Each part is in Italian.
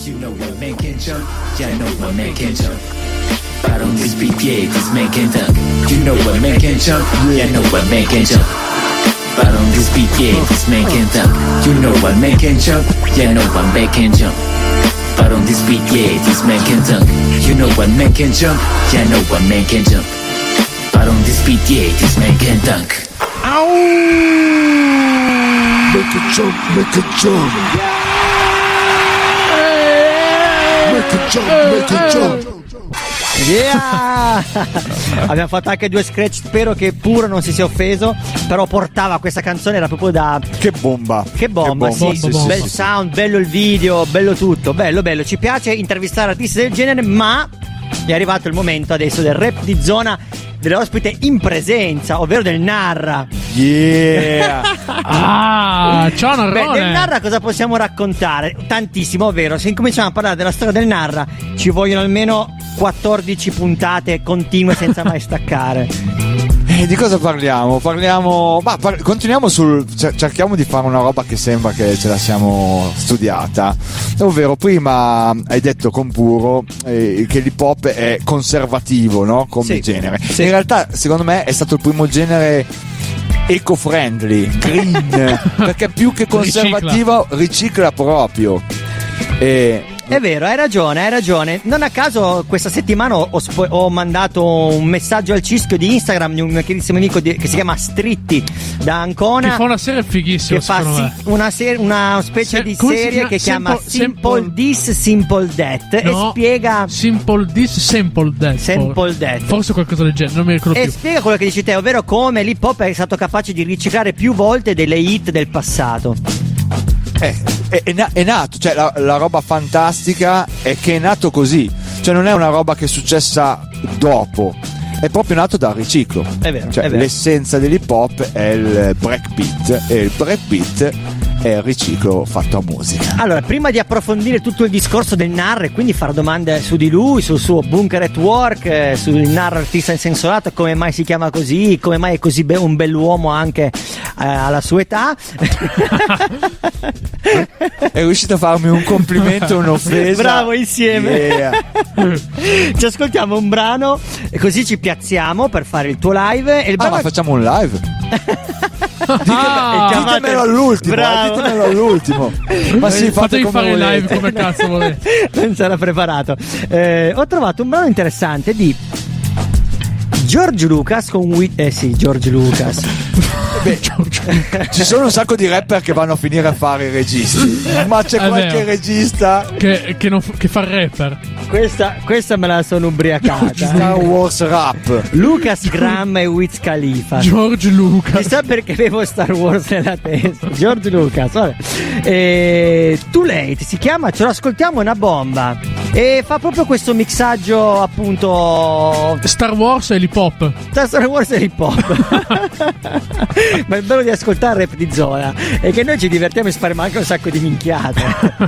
You know what man can jump? Yeah, I know what man can jump. But on this beat, yeah, this man can dunk. You know what man can jump? Yeah, I know what man can jump. But on this beat, yeah, this man can dunk. You know what man can jump? Yeah, I know what man can jump. But on this beat, yeah, this man can dunk. You know what man can jump? Yeah, I know what man can jump. But on this beat, yeah, this man can dunk. Ow! Make a jump, make a jump. Make a jump, make a jump. Yeah! Abbiamo fatto anche 2 scratch, spero che Puro non si sia offeso, però portava questa canzone, era proprio da... Che bomba! Che bomba, sì, bel sound, bello il video, bello tutto, bello, ci piace intervistare artisti del genere, ma è arrivato il momento adesso del rap di zona, dell'ospite in presenza, ovvero del Narra. Yeah! Ciao Narrone! Del Narra cosa possiamo raccontare? Tantissimo, ovvero se incominciamo a parlare della storia del Narra ci vogliono almeno 14 puntate continue senza mai staccare. Di cosa parliamo? Continuiamo cerchiamo di fare una roba che sembra che ce la siamo studiata, ovvero prima hai detto con Puro che l'hip hop è conservativo, no? Come genere. Sì. In realtà secondo me è stato il primo genere eco-friendly, green, perché più che conservativo ricicla proprio. È vero, hai ragione. Non a caso questa settimana ho mandato un messaggio al cischio di Instagram di un carissimo amico che si chiama Stritti da Ancona, che fa una serie fighissima, che fa una specie di serie che chiama Simple This, Simple That, e spiega Simple This, Simple That. Forse qualcosa del genere, non mi ricordo più. E spiega quello che dici te, ovvero come l'hip hop è stato capace di riciclare più volte delle hit del passato. È nato, cioè la roba fantastica è che è nato così, cioè non è una roba che è successa dopo, è proprio nato dal riciclo. È vero, cioè, è vero. L'essenza dell'hip hop è il breakbeat, e il breakbeat è il riciclo fatto a musica. Allora, prima di approfondire tutto il discorso del Narra e quindi fare domande su di lui, sul suo Bunker at Work, sul Narra artista in senso lato, come mai si chiama così, come mai è così un bell'uomo anche alla sua età. È riuscito a farmi un complimento e un'offesa. Bravo, insieme. Yeah. Ci ascoltiamo un brano e così ci piazziamo per fare il tuo live. E il brano... ma facciamo un live? Ditemelo all'ultimo. Ma sì, fatevi fare il live come cazzo volete. Non sarà preparato. Ho trovato un brano interessante di George Lucas con George Lucas. Ci sono un sacco di rapper che vanno a finire a fare i registi, ma c'è qualche regista che fa il rapper. Questa me la sono ubriacata. Star Wars rap. Lucas Graham e Wiz Khalifa. George Lucas. Chissà perché avevo Star Wars nella testa. George Lucas, vabbè. Too Late si chiama, ce lo ascoltiamo, è una bomba. E fa proprio questo mixaggio, appunto, Star Wars e l'hip hop. Star Wars e l'hip hop. Ma il bello di ascoltare il rap di zona è che noi ci divertiamo e spariamo anche un sacco di minchiate.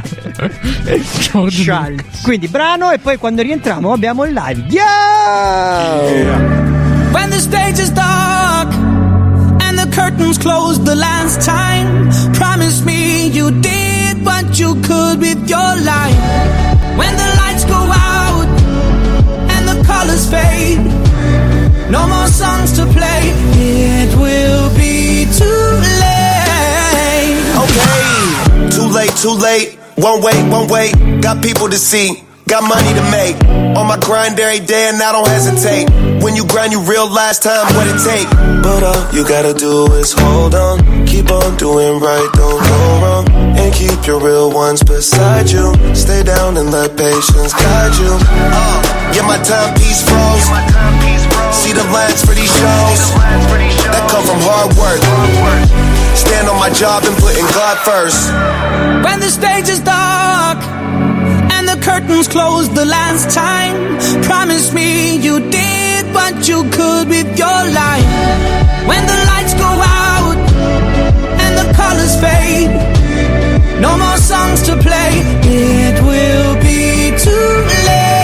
Quindi brano e poi quando rientriamo abbiamo il live. Yeah! When the stage is dark and the curtains closed the last time, promise me you did what you could with your life. When the lights go out and the colors fade, no more songs to play, it will be too late. Okay, too late, won't wait, got people to see, got money to make, on my grind every day and I don't hesitate, when you grind you realize time what it take, but all you gotta do is hold on, keep on doing right, don't go wrong, and keep your real ones beside you, stay down and let patience guide you, yeah my timepiece froze, see the lines for these shows that come from hard work. Stand on my job and putting God first. When the stage is dark and the curtains closed the last time, promise me you did what you could with your life. When the lights go out and the colors fade, no more songs to play, it will be too late.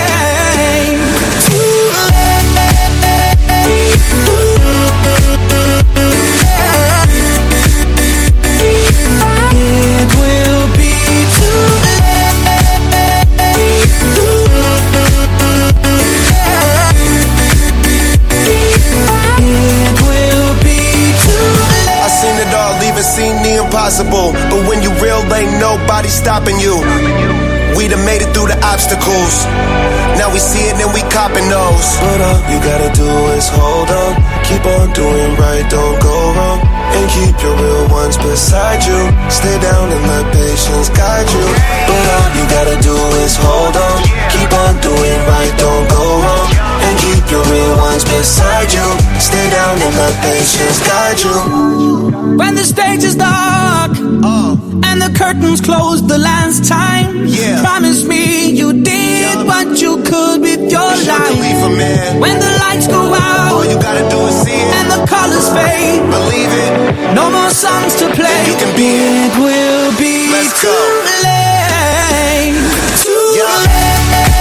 It will be too late. nobody stopping you. We done made it through the obstacles. Now we see it and we copping those. But all you gotta do is hold on. Keep on doing right, don't go wrong. And keep your real ones beside you. Stay down and let patience guide you. But all you gotta do is hold on. Keep on doing right, don't go wrong. And keep your real ones beside you. Stay down and let patience guide you. When the stage is dark and the curtains closed the last time, promise me you did what you could with your life. When the lights go out, all you gotta do is see it, and the colors fade, believe it. No more songs to play. You can be it will be too late. Too late.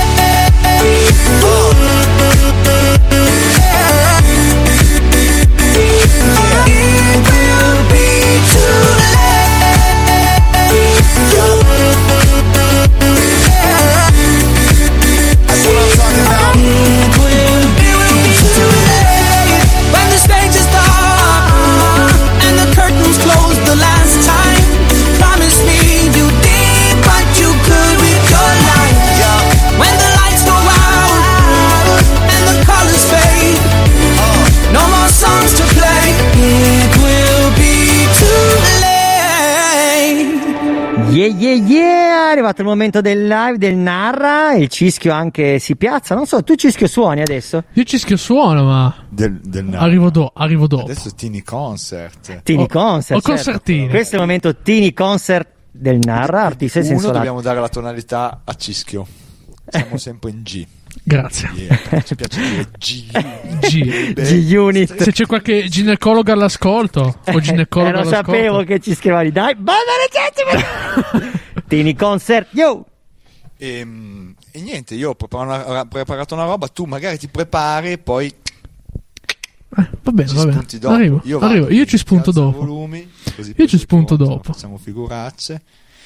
È arrivato il momento del live del Narra. Il cischio anche si piazza. Non so, tu cischio suoni adesso? Io cischio suono, ma del arrivo dopo. Adesso Tini Concert. Tini Concert, o concertini. Questo è il momento Tini Concert del Narra, artista in senso lato. Dobbiamo dare la tonalità a cischio. Siamo sempre in G. Grazie. Ci piace dire G-Unit. Se c'è qualche ginecologo all'ascolto o ginecologo lo all'ascolto. sapevo che ci scrivevi. Dai, Tini Concert, yo! E niente, io ho preparato una roba, tu magari ti prepari e poi va bene. Arrivo. Io ci spunto dopo. Volumi, io ci spunto dopo. Facciamo figuracce.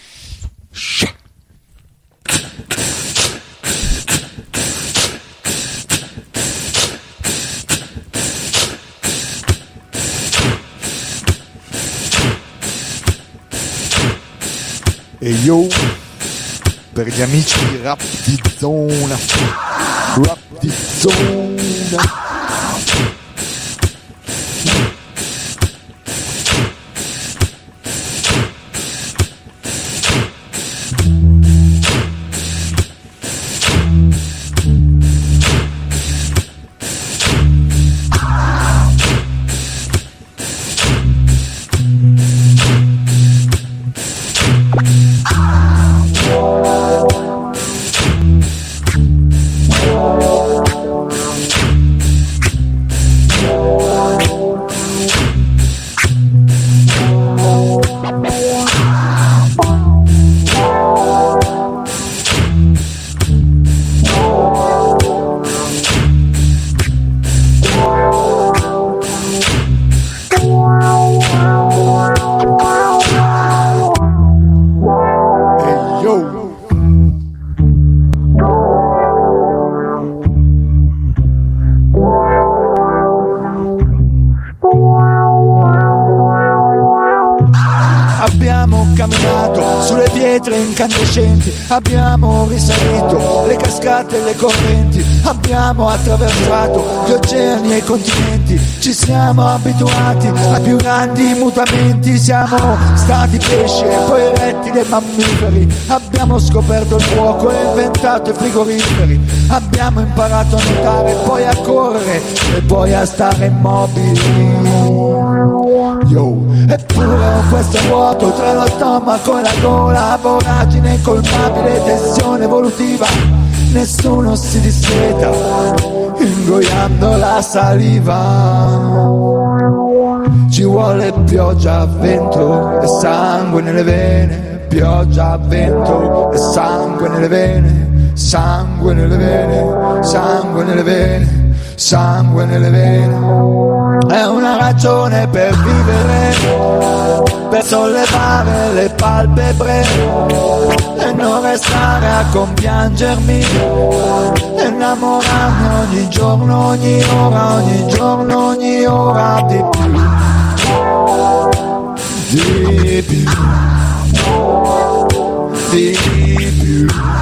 E io per gli amici di Rap di Zona. Incandescenti, abbiamo risalito le cascate e le correnti, abbiamo attraversato gli oceani e i continenti, ci siamo abituati ai più grandi mutamenti, siamo stati pesci e poi rettili e mammiferi, abbiamo scoperto il fuoco e inventato i frigoriferi, abbiamo imparato a nuotare, poi a correre e poi a stare immobili. Eppure con questo vuoto tra lo stomaco e la gola, voragine incolmabile, tensione evolutiva, nessuno si discreta, ingoiando la saliva. Ci vuole pioggia, vento e sangue nelle vene, pioggia, vento e sangue nelle vene, sangue nelle vene, sangue nelle vene, sangue nelle vene. È una ragione per vivere, per sollevare le palpebre e non restare a compiangermi, innamorarmi ogni giorno, ogni ora, ogni giorno, ogni ora di più, di più. di più.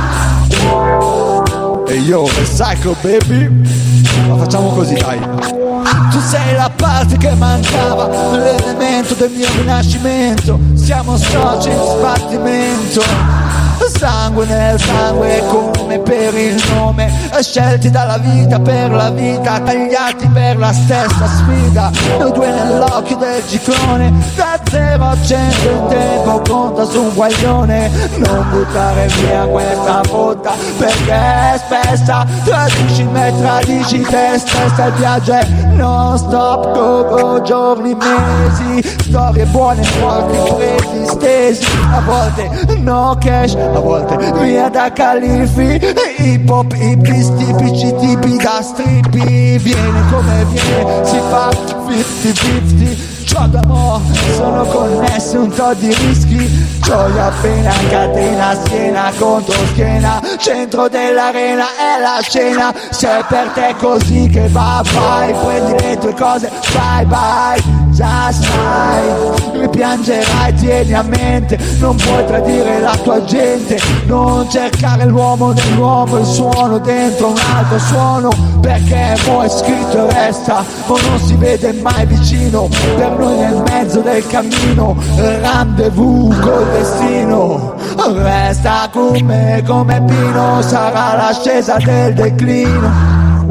E io Psycho Baby, ma facciamo così, dai. Tu sei la parte che mancava, l'elemento del mio rinascimento. Siamo soci in sbattimento, sangue nel sangue come per il nome, scelti dalla vita per la vita, tagliati per la stessa sfida. Noi due nell'occhio del ciclone, da 0 a 100 il tempo conta su un guaglione. Non buttare via questa botta perché è spessa, tradisci me, tradisci te stessa. Il viaggio è non stop, go giorni, mesi, storie buone, forti, presi, stesi. A volte no cash, a volte via da califi, hip hop, hippies, tipici tipi da strippi. Viene come viene, si fa 50-50. C'ho d'amore, sono connessi un po' di rischi. Gioia appena catena, schiena contro schiena, centro dell'arena è la scena. Se è per te così che va, vai, prendi le tue cose, bye bye. Già sai, ripiangerai, tieni a mente, non puoi tradire la tua gente. Non cercare l'uomo nell'uomo, il suono dentro un altro suono, perché poi scritto resta, ma non si vede mai vicino. Per noi nel mezzo del cammino, rendezvous col destino. Resta con me come Pino, sarà l'ascesa del declino.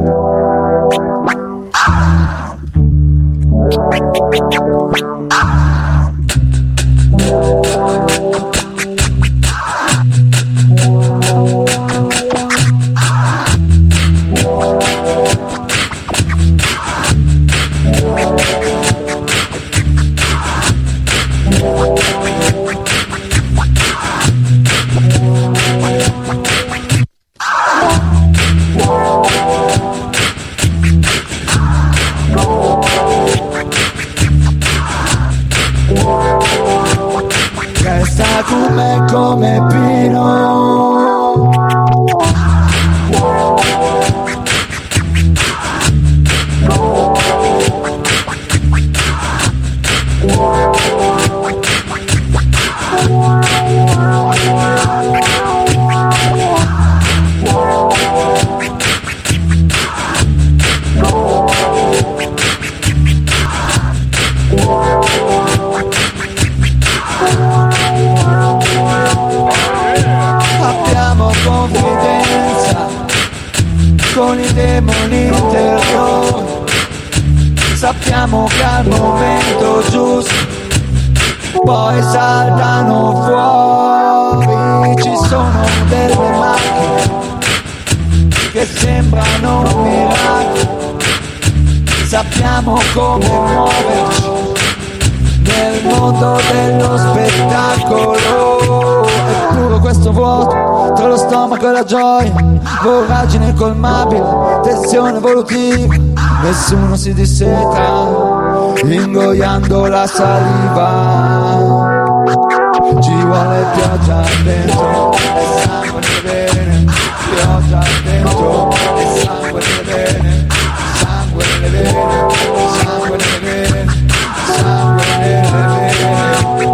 Resta con me come Pino. Abbiamo confidenza con i demoni interiori, sappiamo che al momento giusto poi saltano fuori. Ci sono delle macchine che sembrano miracoli, sappiamo come muoverci nel mondo dello spettacolo. Eppure questo vuoto tra lo stomaco e la gioia, voragine colmabile, tensione evolutiva. Nessuno si disseta ingoiando la saliva. Ci vuole pioggia dentro e sangue nelle vene, pioggia dentro e sangue nelle vene, sangue nelle vene, sangue nelle vene, sangue nelle vene.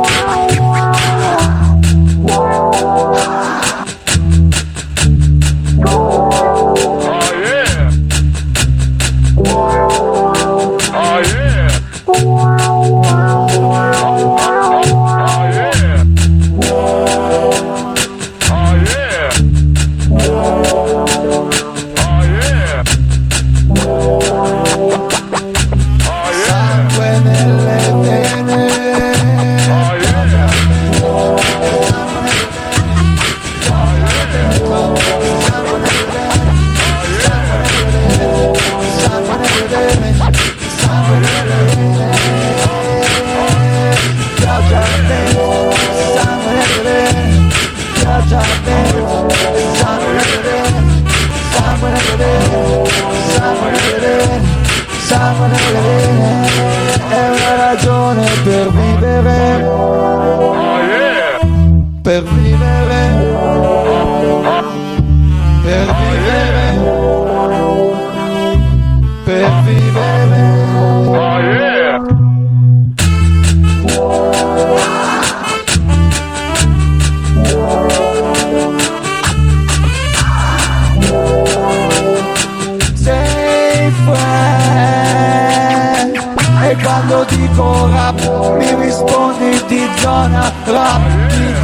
È una ragione per vivere, per vivere, per vivere, per vivere.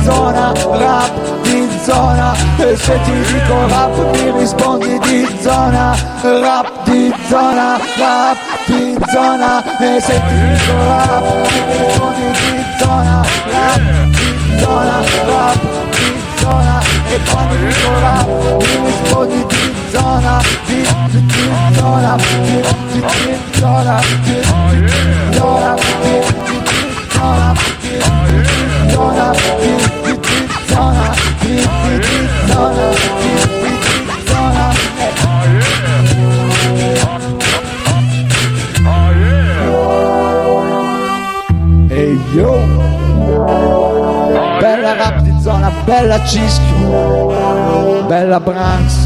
zona, rap di zona. E se ti dico rap mi rispondi di zona, rap di zona, rap di zona. E se ti dico rap mi rispondi di zona, rap di zona, rap di zona. E quando dico rap mi rispondi di zona, di zona, di zona, di zona, Ehi yo, bella rap di zona, bella Cischio, bella Branks.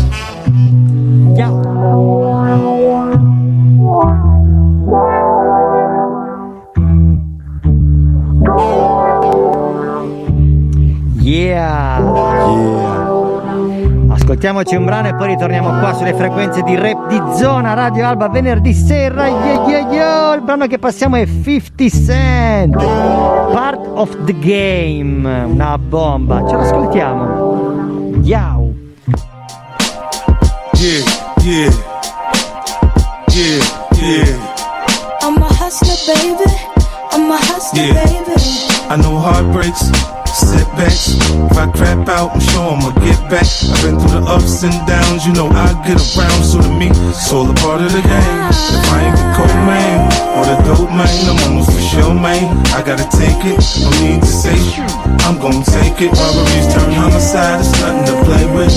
Yeah. Ascoltiamoci un brano e poi ritorniamo qua sulle frequenze di Rap di Zona Radio Alba venerdì sera. Il brano che passiamo è 50 Cent, Part of the Game, una bomba. Ce l'ascoltiamo. Yow. Yeah. I'm a hustler, baby. I'm a hustler, baby. I know heartbreaks, setbacks. If I crap out, I'm sure I'ma get back. I've been through the ups and downs, you know I get around. So to me, it's all a part of the game. If I ain't the cold man or the dope man, I'm almost for sure, man. I gotta take it, no need to say shit. I'm gon' take it. Robberies turn homicide, it's nothing to play with.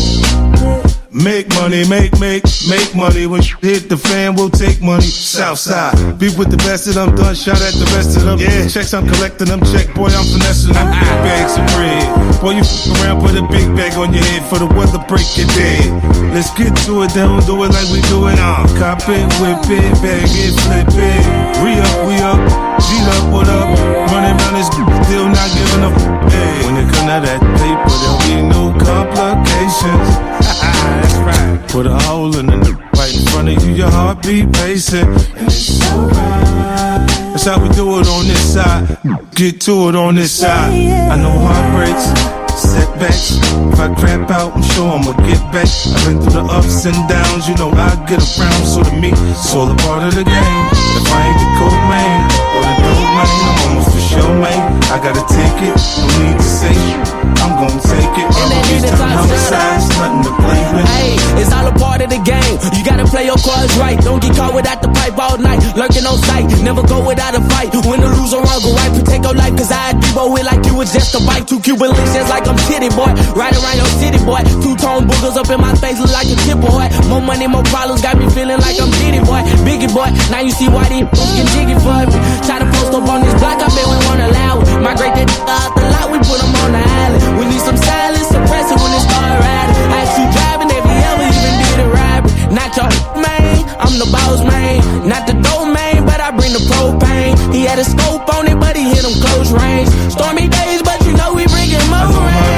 Make money, make money. When shit hit the fan, we'll take money. Southside, be with the best of them, done shot at the rest of them. Yeah, checks I'm collecting them, check, boy, I'm finessing them. Big bags of bread, boy, you f around, put a big bag on your head for the weather, break your dead. Let's get to it, then we'll do it like we do it. Cop it, whip it, bag it, flip it. We up, G-up, what up? Running around this still not giving up. Hey, when it come to that paper, there'll be no complications. That's right. Put a hole in the right in front of you, your heartbeat pacing, and it's so right. That's how we do it on this side. Get to it on this side. I know heartbreaks, setbacks. If I crap out, I'm sure I'ma get back. I've been through the ups and downs, you know I get around. So to me, it's all a part of the game. If I ain't the cold man or the dope man, I'm almost for sure, man. I gotta take it, no need to say I'm gon' take it. Homicide's nothing to play with. Hey, it's all a part of the game. You gotta play your cards right. Don't get caught without the pipe all night. Lurking on sight, never go without a fight. Win or lose or wrong, go right, protect your life. Cause I debo it like you was just a bite. 2 Cuban links just like I'm Kitty boy. Right around your city boy. 2-tone boogers up in my face look like a chip boy. More money, more problems, got me feeling like I'm Diddy boy. Biggie boy, now you see why these get jiggy for me. Try to post up on this block, I bet we won't allow it. Migrate that out the lot, we put them on the island. We need some silence, suppressive when it start riding. I you driving if you ever even did a robbery. Not your man, I'm the boss man. Not the dope man, but I bring the propane. He had a scope on it, but he hit him close range. Stormy days, but you know we bring him more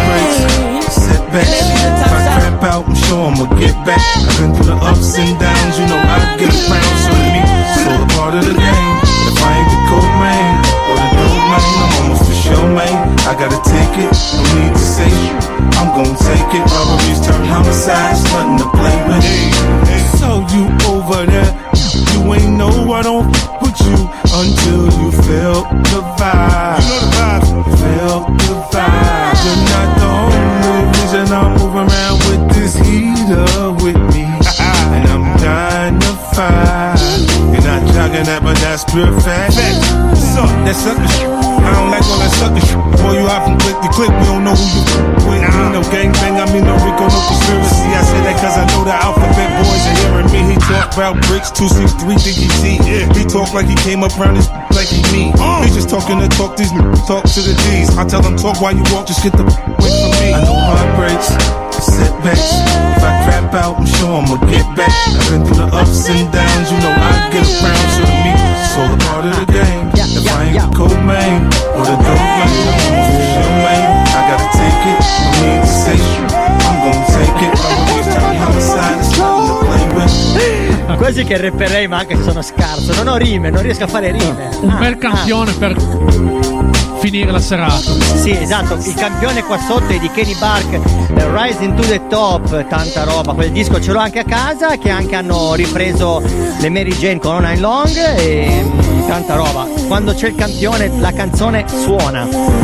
rain. Setbacks, if I crap out, I'm sure I'ma get back. I've been through the ups and downs, you know I get around. So to me, it's all a part of the game. If I ain't the cold man or the dope man, I'm almost for sure, man. I gotta take it, no need to say I'm gon' take it. Robberies turn homicides, nothing to play with. Hey, so you over there, you ain't know I don't f with you until you felt the vibe. You know the vibe. Felt the vibe. You're not the only reason I'm moving around with this heater with me. And I'm dying to find. You're not jogging that, but that's pure fact. Suck, that sucker shit. I don't like all that sucker shit. Boy, you hop from click to click, we don't know who you with. I ain't no gangbang, I mean no Rico, no conspiracy. I say that cause I know the alphabet boys are hearing me. He talk about bricks, 263, think he see. Yeah. He talk like he came up around this like he me. He just talking to talk, these talk to the D's. I tell him talk while you walk, just get the away from me. I know heartbreaks, setbacks. If I crap out, I'm sure I'ma get back. I've been through the ups and downs, you know I get around. So to me, it's all a part of the game. If I ain't the cold man or the dope man, I'm for sure, man. I gotta take it, no need to say shit. I'm gon' take it. Always turn homicide, it's nothing to play with. Quasi che rapperei, ma anche se sono scarso. Non ho rime, non riesco a fare rime. Un bel campione per finire la serata. Sì, esatto, il campione qua sotto è di Kenny Bark, Rising to the Top, tanta roba, quel disco ce l'ho anche a casa, che anche hanno ripreso le Mary Jane con All Night Long e tanta roba. Quando c'è il campione la canzone suona.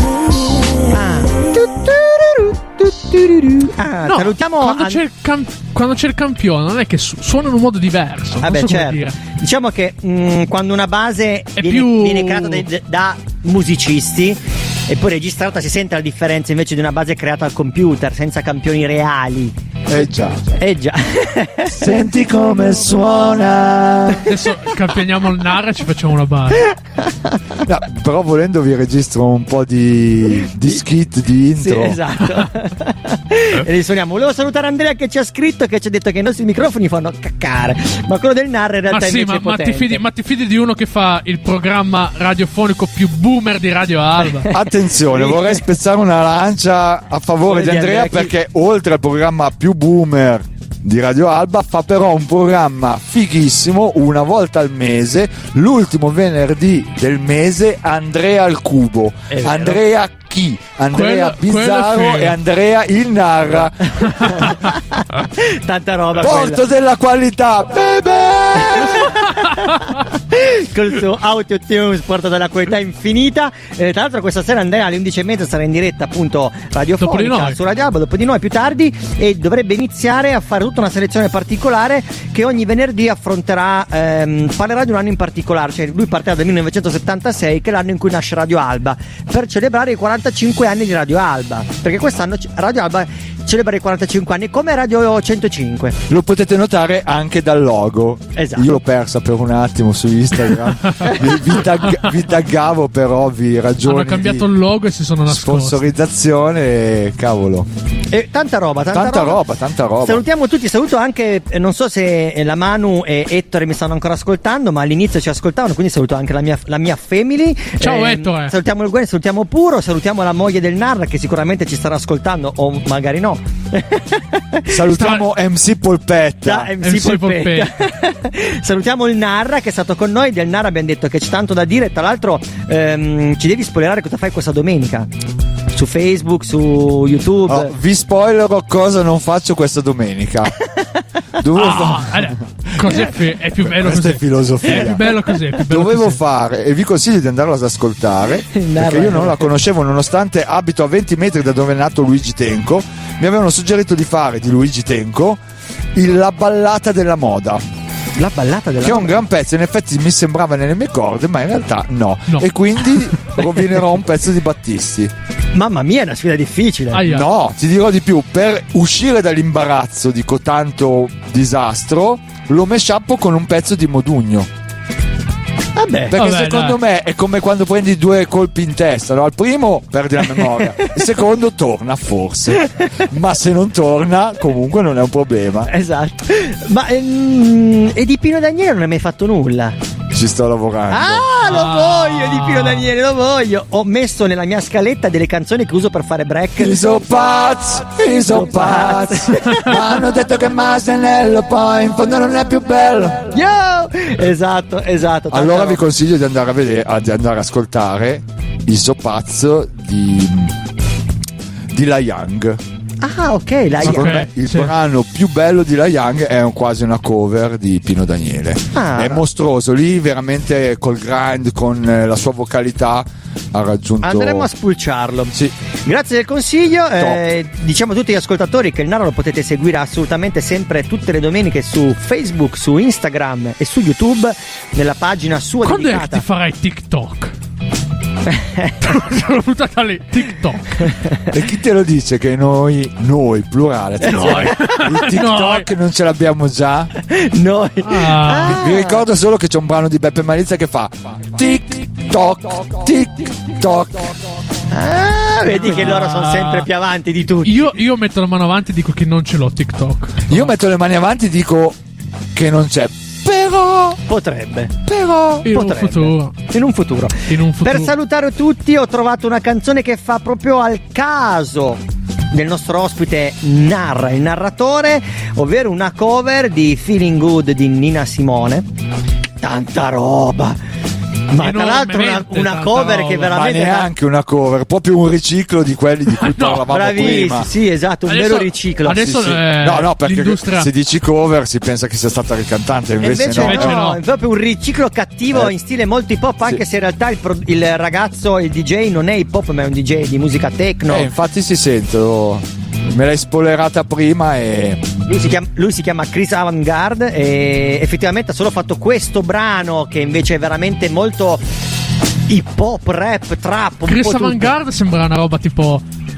No, salutiamo quando c'è il campione non è che suona in un modo diverso. Vabbè, certo. Diciamo che quando una base viene creata da musicisti e poi registrata, si sente la differenza invece di una base creata al computer senza campioni reali. Già. Senti come suona. Adesso campioniamo il Narra e ci facciamo una base. No, però volendo vi registro un po' di skit, di intro. Sì, esatto. E li suoniamo. Volevo salutare Andrea che ci ha scritto, che ci ha detto che i nostri microfoni fanno caccare, ma quello del Narra in realtà è potente. Ma ti fidi di uno che fa il programma radiofonico più boomer di Radio Alba? Attenzione, vorrei spezzare una lancia a favore di Andrea, perché oltre al programma più boomer di Radio Alba fa però un programma fighissimo una volta al mese, l'ultimo venerdì del mese, Andrea al Cubo. Andrea chi? Andrea Bizzarro e Andrea il Narra. Tanta roba. Porto della qualità, col suo autotune porta della qualità infinita. Tra l'altro questa sera Andrea alle 11:30 sarà in diretta appunto radiofonica su Radio Alba, dopo di noi più tardi, e dovrebbe iniziare a fare tutta una selezione particolare che ogni venerdì affronterà, parlerà di un anno in particolare. Cioè lui partirà dal 1976, che è l'anno in cui nasce Radio Alba, per celebrare i 45 anni di Radio Alba, perché quest'anno Radio Alba celebra i 45 anni come Radio 105. Lo potete notare anche dal logo. Esatto. Io l'ho persa per un attimo su Instagram. vi taggavo per ovvi ragioni. Hanno cambiato il logo e si sono nascosti. Sponsorizzazione, cavolo. E tanta roba. Salutiamo tutti, saluto anche, non so se la Manu e Ettore mi stanno ancora ascoltando, ma all'inizio ci ascoltavano, quindi saluto anche la mia family. Ciao Ettore. Salutiamo il Gwen, salutiamo Puro, salutiamo la moglie del Narra che sicuramente ci starà ascoltando, o magari no. Salutiamo MC Polpetta. MC Polpetta. Salutiamo il Narra che è stato con noi. Del Narra abbiamo detto che c'è tanto da dire. Tra l'altro ci devi spoilerare cosa fai questa domenica su Facebook, su YouTube. Vi spoilerò cosa non faccio questa domenica. È più bello questa così. È filosofia. È più bello così. Dovevo fare, e vi consiglio di andarlo ad ascoltare, perché io non la conoscevo, nonostante abito a 20 metri da dove è nato Luigi Tenco. Mi avevano suggerito di fare di Luigi Tenco la ballata della moda. La ballata della che è un gran pezzo, in effetti mi sembrava nelle mie corde, ma in realtà no. E quindi rovinerò un pezzo di Battisti. Mamma mia, è una sfida difficile. No, ti dirò di più, per uscire dall'imbarazzo di cotanto disastro lo meshappo con un pezzo di Modugno. Perché secondo me è come quando prendi 2 colpi in testa, no? Al primo perdi la memoria, il secondo torna forse, ma se non torna comunque non è un problema. Esatto. Ma e di Pino Daniele non hai mai fatto nulla? Ci sto lavorando. Lo voglio di Pino Daniele, lo voglio. Ho messo nella mia scaletta delle canzoni che uso per fare break. Iso pazz. Hanno detto che Masenello poi in fondo non è più bello. Yo! Esatto. Allora vi consiglio di andare a vedere, di andare ad ascoltare Iso pazz di La Young. Ok, La Young. Il brano più bello di La Young è quasi una cover di Pino Daniele. È mostruoso, lì veramente col grind, con la sua vocalità ha raggiunto. Andremo a spulciarlo. Sì. Grazie del consiglio. Diciamo a tutti gli ascoltatori che il Narra lo potete seguire assolutamente sempre tutte le domeniche su Facebook, su Instagram e su YouTube, nella pagina sua dedicata. Quando è che ti farai TikTok? Sono buttata lì, TikTok. E chi te lo dice che noi plurale, noi. Il TikTok non ce l'abbiamo già? Noi. Vi ricordo solo che c'è un brano di Beppe Malizia che fa TikTok. Vedi che loro sono sempre più avanti di tutti. Io metto la mano avanti e dico che non ce l'ho TikTok. Io metto le mani avanti e dico che non c'è. Però potrebbe. In un futuro. Per salutare tutti ho trovato una canzone che fa proprio al caso del nostro ospite Narra, il narratore, ovvero una cover di Feeling Good di Nina Simone. Tanta roba. Ma tra l'altro una cover che veramente. Ma neanche una cover, proprio un riciclo di quelli di cui parlavamo prima. Sì, esatto, un vero riciclo. Adesso sì. No, perché se dici cover si pensa che sia stata ricantante, invece no. È proprio un riciclo cattivo in stile molto hip hop, anche se in realtà il ragazzo, il DJ non è hip hop, ma è un DJ di musica techno. Infatti si sente, me l'hai spoilerata prima e lui si chiama Chris Avantgarde e effettivamente ha solo fatto questo brano che invece è veramente molto hip hop, rap, trap. Chris Avantgarde sembra una roba tipo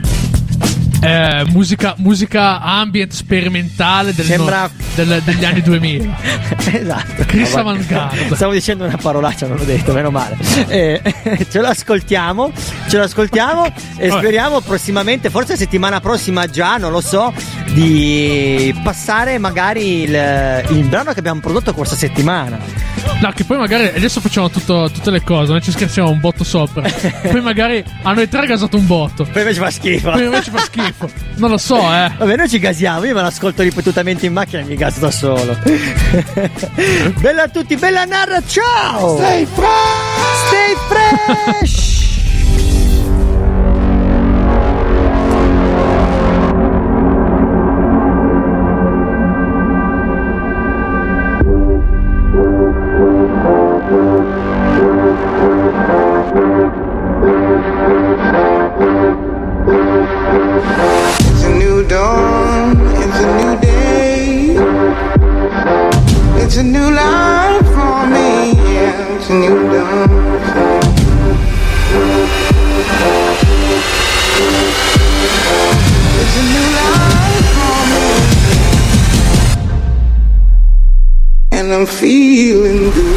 musica ambient sperimentale degli anni 2000. Esatto. Chris Avantgarde. Stavo dicendo una parolaccia, non l'ho detto, meno male. Ce l'ascoltiamo e speriamo prossimamente, forse settimana prossima già, non lo so, di passare magari il brano che abbiamo prodotto questa settimana. No, che poi magari adesso facciamo tutte le cose, noi ci scherziamo un botto sopra. Poi magari a noi tre ha gasato un botto. Poi invece fa schifo. Non lo so, Vabbè, noi ci gasiamo, io me l'ascolto ripetutamente in macchina e mi gaso da solo. Bella a tutti, bella Narra, ciao! Stay fresh! It's a new dawn, it's a new day, it's a new life for me, yeah, it's a new dawn. It's a new life for me, and I'm feeling good.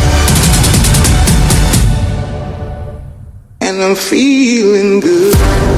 I'm feeling good.